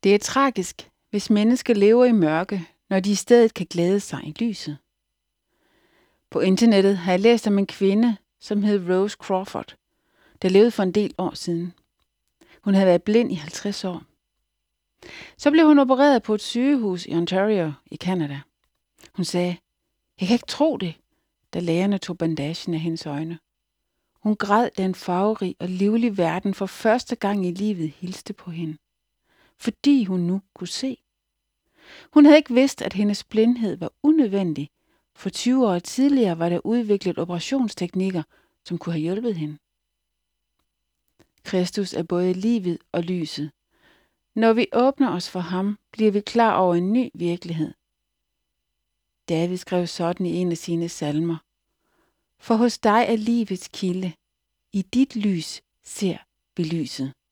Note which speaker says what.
Speaker 1: Det er tragisk, hvis mennesker lever i mørke, når de i stedet kan glæde sig i lyset. På internettet har jeg læst om en kvinde, som hed Rose Crawford, der levede for en del år siden. Hun havde været blind i 50 år. Så blev hun opereret på et sygehus i Ontario i Canada. Hun sagde, jeg kan ikke tro det, da lægerne tog bandagen af hendes øjne. Hun græd, da en farverig og livlig verden for første gang i livet hilste på hende. Fordi hun nu kunne se. Hun havde ikke vidst, at hendes blindhed var unødvendig, for 20 år tidligere var der udviklet operationsteknikker, som kunne have hjulpet hende. Kristus er både livet og lyset. Når vi åbner os for ham, bliver vi klar over en ny virkelighed. David skrev sådan i en af sine salmer. For hos dig er livets kilde. I dit lys ser vi lyset.